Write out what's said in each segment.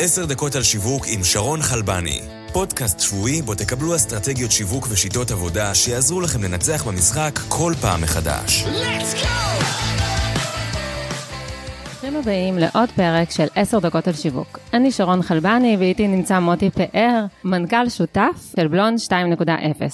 10 דקות על שיווק עם שרון חלבני. פודקאסט שבועי בו תקבלו אסטרטגיות שיווק ושיטות עבודה שיעזרו לכם לנצח במשחק כל פעם מחדש. Let's go! ברוכים הבאים לעוד פרק של 10 דקות על שיווק. אני שרון חלבני ואיתי נמצא מוטי פאר, מנכ"ל שותף של בלונד 2.0,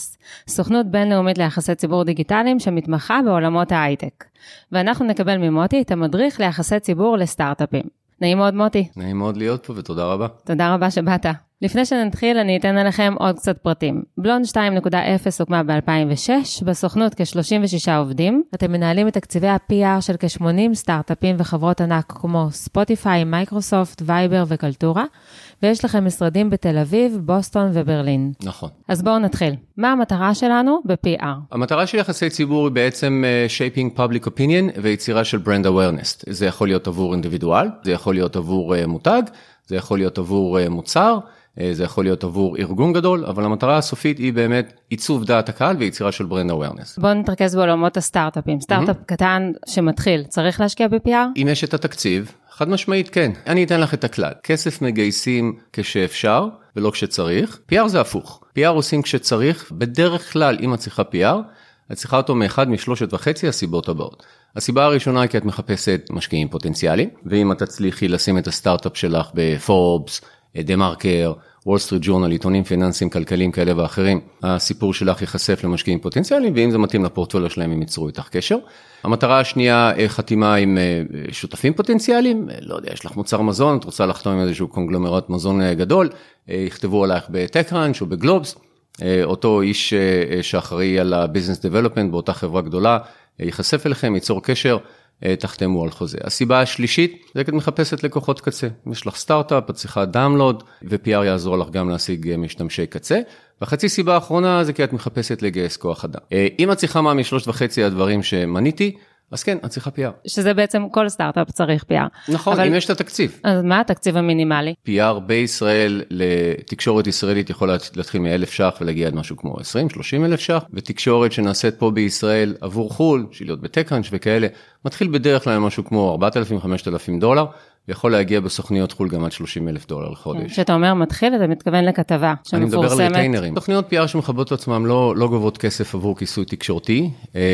סוכנות בינלאומית ליחסי ציבור דיגיטליים שמתמחה בעולמות ההייטק. ואנחנו נקבל ממוטי את המדריך ליחסי ציבור לסטארט-אפים. נעים מאוד מוטי. נעים מאוד להיות פה ותודה רבה. תודה רבה שבאת. לפני שנתחיל אני אתן עליכם עוד קצת פרטים. בלונד 2.0 הוקמה ב-2006, בסוכנות כ-36 עובדים. אתם מנהלים את תקציבי ה-PR של כ-80 סטארט-אפים וחברות ענק כמו ספוטיפיי, מייקרוסופט, וייבר וקלטורה, ויש לכם משרדים בתל אביב, בוסטון וברלין. נכון. אז בואו נתחיל. מה המטרה שלנו ב-PR? המטרה של יחסי ציבור היא בעצם shaping public opinion ויצירה של brand awareness. זה יכול להיות עבור אינדיבידואל, זה יכול להיות עבור מותג, זה יכול להיות עבור מוצר, זה יכול להיות עבור ארגון גדול, אבל המטרה הסופית היא באמת עיצוב דעת הקהל ויצירה של ברנד אווירנס. בואו נתרכז בעולמות הסטארט-אפים. סטארט-אפ קטן שמתחיל, צריך להשקיע ב-PR? אם יש את התקציב, חד משמעית כן. אני אתן לך את הכלל. כסף מגייסים כשאפשר ולא כשצריך. PR זה הפוך. PR עושים כשצריך. בדרך כלל, אם את צריכה PR, את צריכה אותו מאחד משלושת וחצי הסיבות הבאות. הסיבה הראשונה היא כי את מחפשת משקיעים פוטנציאליים, ואם את תצליחי לשים את הסטארט-אפ שלך בפורבס, דה-מרקר, וול סטריט ג'ורנל, עיתונים פיננסיים, כלכליים כאלה ואחרים, הסיפור שלך ייחשף למשקיעים פוטנציאליים, ואם זה מתאים לפורטפוליו שלהם, הם ייצרו איתך קשר. המטרה השנייה, חתימה עם שותפים פוטנציאליים, לא יודע, יש לך מוצר מזון, את רוצה לחתום עם איזשהו קונגלומרט מזון גדול, יכתבו עלייך בטקראנץ' או בגלובס, אותו איש שאחראי על ה-Business Development באותה חברה גדולה, ייחשף אליכם, ייצור קשר, תחתמו על חוזה. הסיבה השלישית, זה כי את מחפשת לקוחות קצה. יש לך סטארט-אפ, את צריכה דאונלוד, ו-PR יעזור לך גם להשיג משתמשי קצה. והחצי סיבה האחרונה, זה כי את מחפשת לגייס כוח אדם. אם את צריכה מה משלושת וחצי הדברים שמניתי, אז כן, את צריכה PR. שזה בעצם כל סטארט-אפ צריך PR. נכון, אבל... אם יש את התקציב. אז מה התקציב המינימלי? PR בישראל לתקשורת ישראלית יכול להתחיל מ1,000 ש"ח ולהגיע עד משהו כמו 20-30 אלף ש"ח, ותקשורת שנעשית פה בישראל עבור חול, להיות בטקראנץ' וכאלה, מתחיל בדרך כלל משהו כמו $4,000-5,000, ויכול להגיע בסוכניות חול גם עד $30,000 לחודש. כשאתה אומר מתחיל, אתה מתכוון לכתבה שמפורסמת. אני מדבר על ריטיינרים. תוכניות PR שמחברות עצמם לא גובות כסף עבור כיסוי תקשורתי.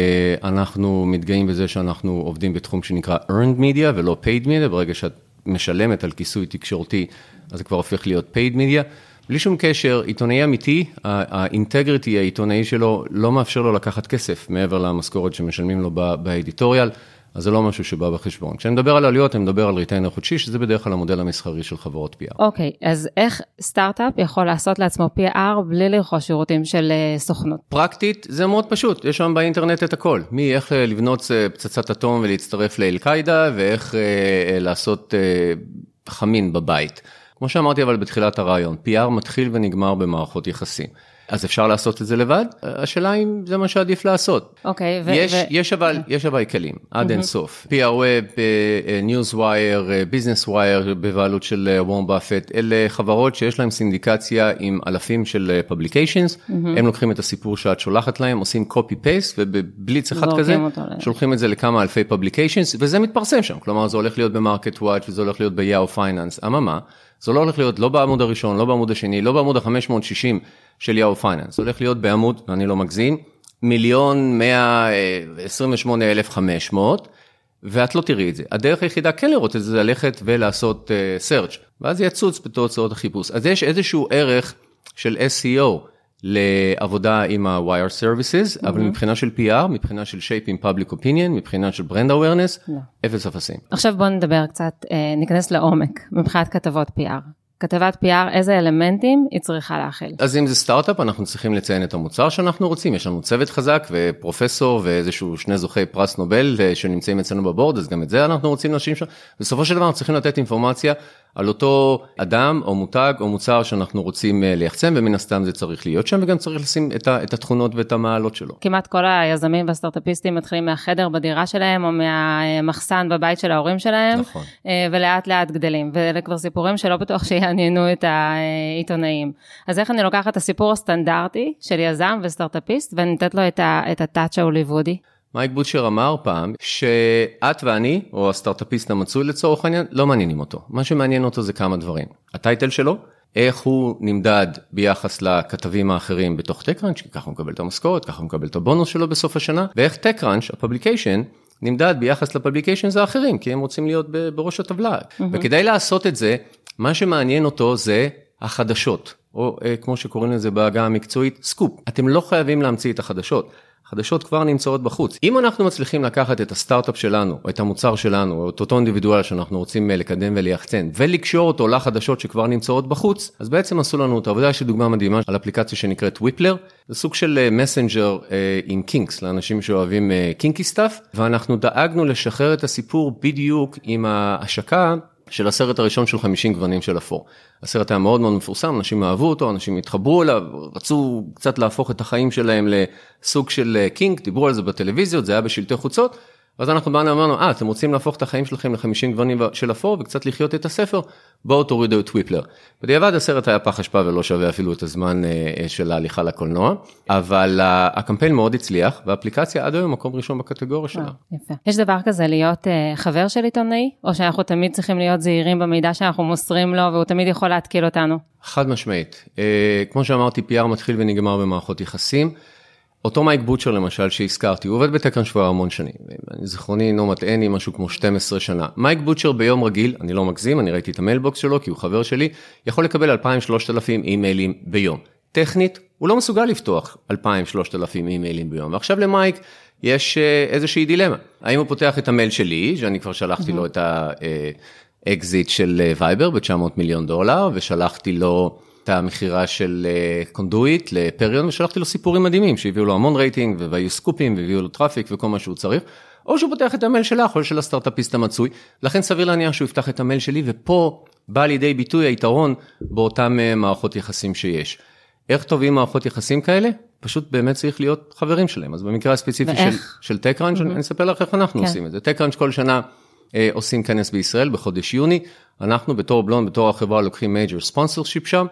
אנחנו מתגאים בזה שאנחנו עובדים בתחום שנקרא earned media ולא paid media. ברגע שאת משלמת על כיסוי תקשורתי, אז זה כבר הופך להיות paid media. בלי שום קשר, עיתונאי אמיתי, האינטגריטי העיתונאי שלו לא מאפשר לו לקחת כסף מעבר למשכורת שמשלמים לו באדיטוריאל. אז זה לא משהו שבא בחשבון. כשאני מדבר על עלויות, אני מדבר על ריטיינר חודשי, שזה בדרך כלל המודל המסחרי של חברות PR. אוקיי, אז איך סטארט-אפ יכול לעשות לעצמו PR בלי לרכוש שירותים של סוכנות? פרקטית, זה מאוד פשוט. יש שם באינטרנט את הכל. איך לבנות פצצת אטום ולהצטרף לאל-קאידה, ואיך לעשות חמין בבית. כמו שאמרתי אבל בתחילת הרעיון, PR מתחיל ונגמר במערכות יחסים. אז אפשר לעשות את זה לבד? השאלה אם זה מה שעדיף לעשות. אוקיי. יש אבל כלים, עד אין סוף. PR Web, Newswire, Business Wire, בבעלות של וורן באפט, אלה חברות שיש להם סינדיקציה עם אלפים של publications, הם לוקחים את הסיפור שאת שולחת להם, עושים copy-paste, ובבליץ אחד כזה, שולחים את זה לכמה אלפי publications, וזה מתפרסם שם. כלומר, זה הולך להיות ב-Market Watch, וזה הולך להיות ב-Yahoo Finance. אממה, זה לא הולך להיות לא בעמוד הראשון, לא בעמוד השני, לא בעמוד ה-560 של Yahoo Finance. זה הולך להיות בעמוד, ואני לא מגזים, 1,128,500, ואת לא תראי את זה. הדרך היחידה כן לראות את זה, זה ללכת ולעשות search, ואז יצוץ בתוצאות החיפוש. אז יש איזשהו ערך של SEO לעבודה עם ה-wire services, אבל מבחינה של PR, מבחינה של shaping public opinion, מבחינה של brand awareness, אפס אפסים. עכשיו בואו נדבר קצת, ניכנס לעומק, מבחינת כתבות PR. כתבת PR, איזה אלמנטים היא צריכה להכיל? אז אם זה סטארט-אפ, אנחנו צריכים לציין את המוצר שאנחנו רוצים, יש לנו צוות חזק ופרופסור ואיזשהו שני זוכי פרס נובל שנמצאים אצלנו בבורד, אז גם את זה אנחנו רוצים להשאיר שם. בסופו של דבר אנחנו צריכים לתת אינפורמציה על אותו אדם או מותג או מוצר שאנחנו רוצים לייחצם, ומן הסתם זה צריך להיות שם, וגם צריך לשים את התכונות ואת המעלות שלו. כמעט כל היזמים והסטארט-אפיסטים מתחילים מהחדר בדירה שלהם, או מהמחסן בבית של ההורים שלהם, נכון. ולאט לאט גדלים, ואלה כבר סיפורים שלא בטוח שיעניינו את העיתונאים. אז איך אני לוקחת את הסיפור הסטנדרטי של יזם וסטארט-אפיסט, ונתת לו את הטאץ' ההוליוודי? מייק בוטשר אמר פעם, שאת ואני, או הסטארט-אפיסט המצוי לצורך העניין, לא מעניינים אותו. מה שמעניין אותו זה כמה דברים. הטייטל שלו, איך הוא נמדד ביחס לכתבים האחרים בתוך TechCrunch, כי ככה הוא מקבל את המשכורת, ככה הוא מקבל את הבונוס שלו בסוף השנה, ואיך TechCrunch, הפובליקיישן, נמדד ביחס לפובליקיישנס האחרים, כי הם רוצים להיות בראש הטבלה. וכדי לעשות את זה, מה שמעניין אותו זה החדשות, או כמו שקוראים לזה בעגה המקצועית, סקופ. אתם לא חייבים להמציא את החדשות. החדשות כבר נמצאות בחוץ. אם אנחנו מצליחים לקחת את הסטארט-אפ שלנו, או את המוצר שלנו, או את אותו אינדיבידואל שאנחנו רוצים לקדם ולייחצן, ולקשור אותו לחדשות שכבר נמצאות בחוץ, אז בעצם עשו לנו את העבודה, יש לי דוגמה מדהימה על אפליקציה שנקראת וויפלר, זה סוג של מסנג'ר עם קינקס, לאנשים שאוהבים קינקי סטאפ, ואנחנו דאגנו לשחרר את הסיפור בדיוק עם ההשקה, של הסרט הראשון של 50 גוונים של אפור. הסרט היה מאוד מאוד מפורסם, אנשים אהבו אותו, אנשים התחברו אליו, רצו קצת להפוך את החיים שלהם לסוג של קינג, דיברו על זה בטלוויזיות, זה היה בשלטי חוצות, ואז אנחנו באנו ואמרנו, אתם רוצים להפוך את החיים שלכם ל50 גוונים של אפור, וקצת לחיות את הספר, בואו תורידו את וויפלר. בדיעבד הסרט היה פח אשפה ולא שווה אפילו את הזמן של ההליכה לקולנוע, אבל הקמפיין מאוד הצליח, והאפליקציה עד היום מקום ראשון בקטגוריה שלה. יפה. יש דבר כזה להיות חבר של עיתונאי, או שאנחנו תמיד צריכים להיות זהירים במידע שאנחנו מוסרים לו, והוא תמיד יכול להתקיל אותנו? חד משמעית. כמו שאמרתי, PR מתחיל ונגמר במערכות יחסים, אותו מייק בוטשר למשל שהזכרתי, הוא עובד בטקרנץ' כבר המון שנים, זיכרוני לא מטעני משהו כמו 12 שנה. מייק בוטשר ביום רגיל, אני לא מגזים, אני ראיתי את המיילבוקס שלו כי הוא חבר שלי, יכול לקבל 2,000-3,000 אימיילים ביום. טכנית, הוא לא מסוגל לפתוח 2,000-3,000 אימיילים ביום. ועכשיו למייק יש איזושהי דילמה. האם הוא פותח את המייל שלי, שאני כבר שלחתי לו את האקזיט של וייבר ב$900 מיליון, ושלחתי לו את המחירה של קונדויט לפריון, ושלחתי לו סיפורים מדהימים, שהביאו לו המון רייטינג, והיו סקופים, והביאו לו טראפיק, וכל מה שהוא צריך, או שהוא פותח את המייל שלך, או של הסטארט-אפיסט המצוי, לכן סביר להניח שהוא יפתח את המייל שלי, ופה בא לידי ביטוי היתרון, באותם מערכות יחסים שיש. איך טובים מערכות יחסים כאלה? פשוט באמת צריך להיות חברים שלהם, אז במקרה הספציפי של TechCrunch, אני אספר לך איך אנחנו עושים את זה. TechCrunch כל שנה עושים כנס בישראל, בחודש יוני, אנחנו בתור בלון, בתור החברה, לוקחים major sponsorship שם,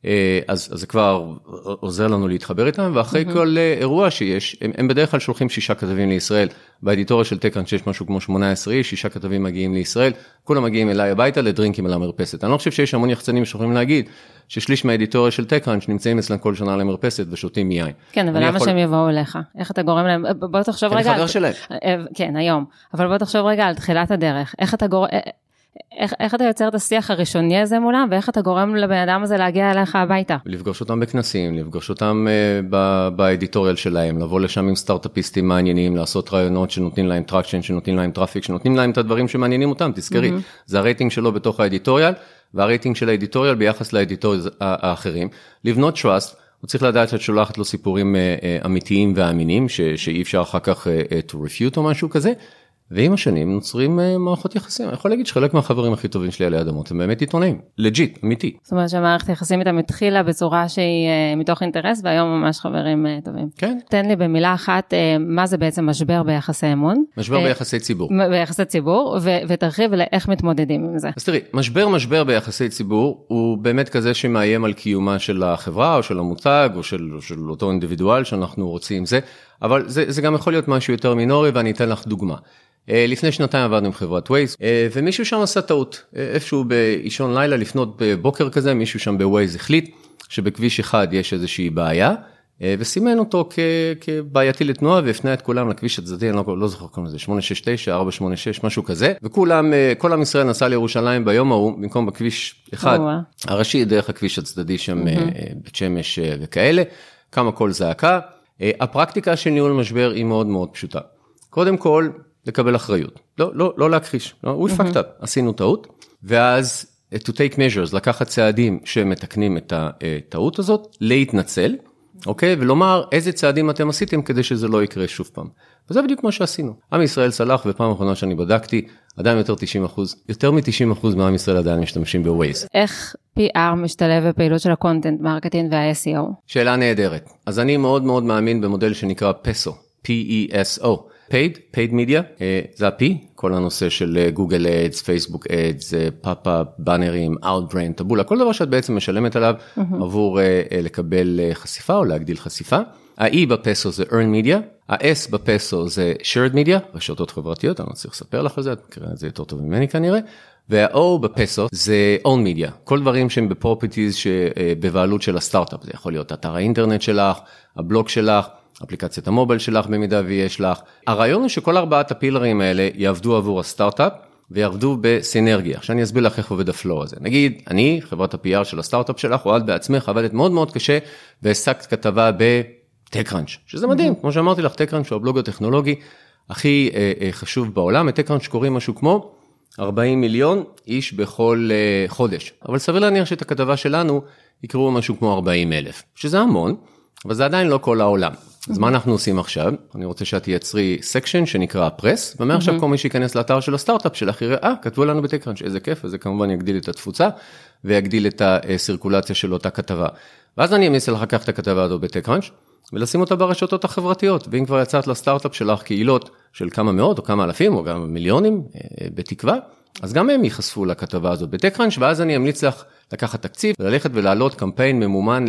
אז זה כבר עוזר לנו להתחבר איתם, ואחרי כל אירוע שיש, הם בדרך כלל שולחים 6 כתבים לישראל, באדיטוריה של TechCrunch שיש משהו כמו 18 איש, 6 כתבים מגיעים לישראל, כולם מגיעים אליי הביתה לדרינקים על המרפסת. אני לא חושב שיש המון יחצנים שיכולים להגיד, ששליש מהאדיטוריה של TechCrunch נמצאים אצלם כל שנה על המרפסת ושותים יין. כן, אבל למה שהם יבואו אליך? איך אתה גורם להם? בוא תחשוב רגע. אני חבר שלהם. כן, היום. אבל בוא תחשוב רגע על תחילת הדרך. איך אתה יוצר את השיח הראשוני הזה מולם, ואיך אתה גורם לבן אדם הזה להגיע אליך הביתה? לפגוש אותם בכנסים, לפגוש אותם באדיטוריאל שלהם, לבוא לשם עם סטארט-אפיסטים מעניינים, לעשות רעיונות שנותנים להם טראקשן, שנותנים להם טראפיק, שנותנים להם את הדברים שמעניינים אותם, תזכרי, זה הרייטינג שלו בתוך האדיטוריאל, והרייטינג של האדיטוריאל ביחס לאדיטוריאל האחרים, לבנות trust, הוא צריך לדעת שאת שולחת לו סיפורים אמיתיים ואמינים, שאי אפשר אחר כך to refute או משהו כזה, ועם השנים נוצרים מערכות יחסים. אני יכול להגיד שחלק מהחברים הכי טובים שלי עלי אדמות, הם באמת עיתונאים, לג'יט, אמיתי. זאת אומרת שהמערכת יחסים איתם התחילה בצורה שהיא מתוך אינטרס, והיום ממש חברים טובים. כן. תן לי במילה אחת, מה זה בעצם משבר ביחסי אמון? משבר ביחסי ציבור. ביחסי ציבור, ותרחיב לאיך מתמודדים עם זה. אז תראי, משבר ביחסי ציבור, הוא באמת כזה שמאיים על קיומה של החברה, או של המותג, או של אותו אינדיבידואל שאנחנו רוצים עם זה, אבל זה גם יכול להיות משהו יותר מינורי, ואני אתן לך דוגמה. לפני שנתיים עבדנו עם חברת ווייז, ומישהו שם עשה טעות, איפשהו באישון לילה, לפנות בבוקר כזה, מישהו שם בווייז החליט, שבכביש אחד יש איזושהי בעיה, וסימן אותו כבעייתי לתנועה, והפנה את כולם לכביש הצדדי, אני לא זוכר כמה זה, 869, 486, משהו כזה, וכולם, כל עם ישראל נסע לירושלים ביום ההוא, במקום בכביש אחד, הראשי דרך הכביש הצדדי שם, בית שמש וכאלה, כמה כל זעקה. הפרקטיקה של ניהול משבר היא מאוד מאוד פשוטה. קודם כל, לקבל אחריות. לא להכחיש. הוא פקטה, עשינו טעות. ואז, to take measures, לקחת צעדים שמתקנים את הטעות הזאת, להתנצל, אוקיי? ולומר איזה צעדים אתם עשיתם כדי שזה לא יקרה שוב פעם. וזה בדיוק מה שעשינו. עם ישראל סלח, ופעם האחרונה שאני בדקתי, עדיין יותר מ-90% מעם ישראל עדיין משתמשים בווייז. איך PR משתלב בפעילות של הקונטנט, מרקטינג וה-SEO? שאלה נהדרת. אז אני מאוד מאוד מאמין במודל שנקרא PESO, P-E-S-O. paid media, זה ה-P, כל הנושא של גוגל אדס, פייסבוק אדס, פאפ-אפ, באנרים, Outbrain, טבולה, כל דבר שאת בעצם משלמת עליו עבור לקבל חשיפה או להגדיל חשיפה. ה-E בפסו זה earn media, ה-S בפסו זה shared media, רשתות חברתיות, אני לא צריך לספר לך על זה, את מכירה את זה יותר טוב ממני כנראה, וה-O בפסו זה own media, כל דברים שהם בפרופרטיז שבבעלות של הסטארט-אפ, זה יכול להיות אתר האינטרנט שלך, הבלוג שלך, אפליקציית המובייל שלך במידה ויש לך. הרעיון הוא שכל ארבעת הפילרים האלה יעבדו עבור הסטארט-אפ, ויעבדו בסינרגיה. עכשיו אני אסביר לך איך עובד הפלואו הזה. נגיד, אני, חברת ה-PR של הסטארט-אפ שלך, או את בעצמך, עבדת מאוד מאוד קשה, והעסקת כתבה ב-TechCrunch, שזה מדהים. כמו שאמרתי לך, TechCrunch הוא הבלוג הטכנולוגי הכי חשוב בעולם. ב-TechCrunch קוראים משהו כמו 40 מיליון איש בכל חודש. אבל סביר להניח שאת הכתבה שלנו יקראו משהו כמו 40,000, שזה המון, אבל זה עדיין לא כל העולם. אז מה אנחנו עושים עכשיו? אני רוצה שאת תייצרי סקשן שנקרא פרס, ומעכשיו כל מי שיכנס לאתר של הסטארט-אפ שלך יראה, כתבו לנו ב-TechCrunch, איזה כיף, וזה כמובן יגדיל את התפוצה, ויגדיל את הסירקולציה של אותה כתבה. ואז אני אמליץ לך לקחת את הכתבה הזו ב-TechCrunch, ולשים אותה ברשתות החברתיות, ואם כבר יצאת לסטארט-אפ שלך קהילות של כמה מאות, או כמה אלפים, או גם מיליונים, בתקווה, אז גם הם ייחשפו לכתבה הזו ב-TechCrunch, ואז אני אמליץ לך לקחת תקציב, וללכת ולהעלות קמפיין ממומן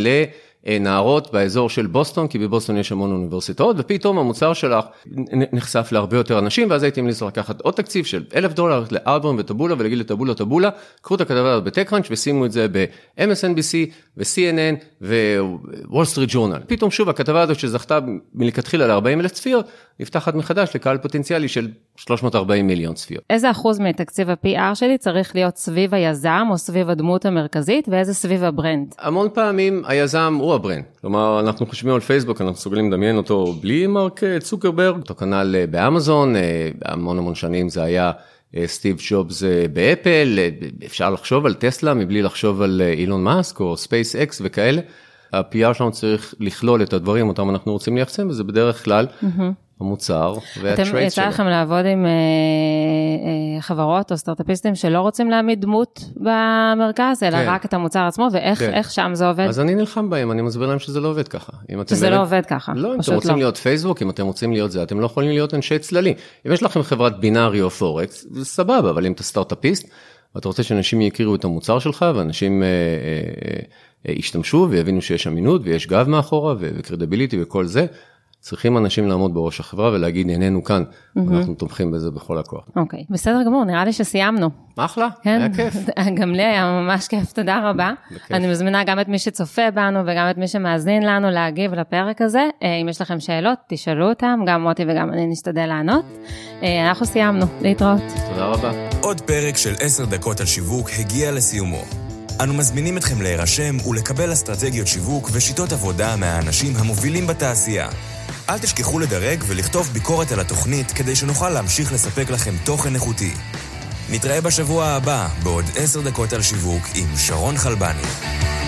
לנערות באזור של בוסטון, כי בבוסטון יש המון אוניברסיטאות, ופתאום המוצר שלך נחשף להרבה יותר אנשים, ואז הייתי ממליץ לקחת עוד תקציב של $1,000 לאלבום וטבולה, ולהגיד לטבולה, קחו את הכתבה הזאת ב-TechCrunch, ושימו את זה ב-MSNBC, ו-CNN, ו-Wall Street Journal. פתאום שוב, הכתבה הזאת שזכתה מלכתחילה ל-40,000 צפיות, נפתחת מחדש לקהל פוטנציאלי של 340 מיליון צפיות. איזה אחוז מתקציב ה-PR שלי צריך להיות סביב היזם או סביב הדמות המרכזית, ואיזה סביב הברנד? המון פעמים היזם הוא הברנד. כלומר, אנחנו חושבים על פייסבוק, אנחנו מסוגלים לדמיין אותו בלי מרק צוקרברג, אותו כנ"ל באמזון, המון שנים זה היה סטיב ג'ובס באפל, אפשר לחשוב על טסלה מבלי לחשוב על אילון מאסק או ספייס אקס וכאלה. ה-PR שלנו צריך לכלול את הדברים אותם אנחנו רוצים לייחסם, וזה בדרך כלל המוצר והטרייד שלו. יצא לכם לעבוד עם חברות או סטארט-אפיסטים שלא רוצים להעמיד דמות במרכז, אלא רק את המוצר עצמו, ואיך שם זה עובד? אז אני נלחם בהם, אני מסביר להם שזה לא עובד ככה. שזה לא עובד ככה. לא, אם אתם רוצים להיות פייסבוק, אם אתם רוצים להיות זה, אתם לא יכולים להיות אנשי צללי. אם יש לכם חברת בינארי או פורקס, זה סבבה, אבל אם אתה סטארט-אפיסט, ואתה רוצה שאנשים יכירו את המוצר שלך, ואנשים ישתמשו ויבינו שיש אמינות, ויש גב מאחורה, וקרדיביליטי וכל זה, צריכים אנשים לעמוד בראש החברה ולהגיד, איננו כאן, אנחנו תומכים בזה בכל הכוח. אוקיי, בסדר גמור, נראה לי שסיימנו. אחלה, היה כיף. גם לי היה ממש כיף, תודה רבה. אני מזמינה גם את מי שצופה בנו וגם את מי שמאזין לנו להגיב לפרק הזה. אם יש לכם שאלות, תשאלו אותם, גם מוטי וגם אני נשתדל לענות. אנחנו סיימנו, להתראות. תודה רבה. עוד פרק של 10 דקות על שיווק הגיע לסיומו. אנו מזמינים אתכם להירשם ולקבל אסטרטגיות שיווק ושיטות עבודה מהאנשים המובילים בתעשייה. אל תשכחו לדרג ולכתוב ביקורת על התוכנית כדי שנוכל להמשיך לספק לכם תוכן איכותי. נתראה בשבוע הבא בעוד 10 דקות על שיווק עם שרון חלבני.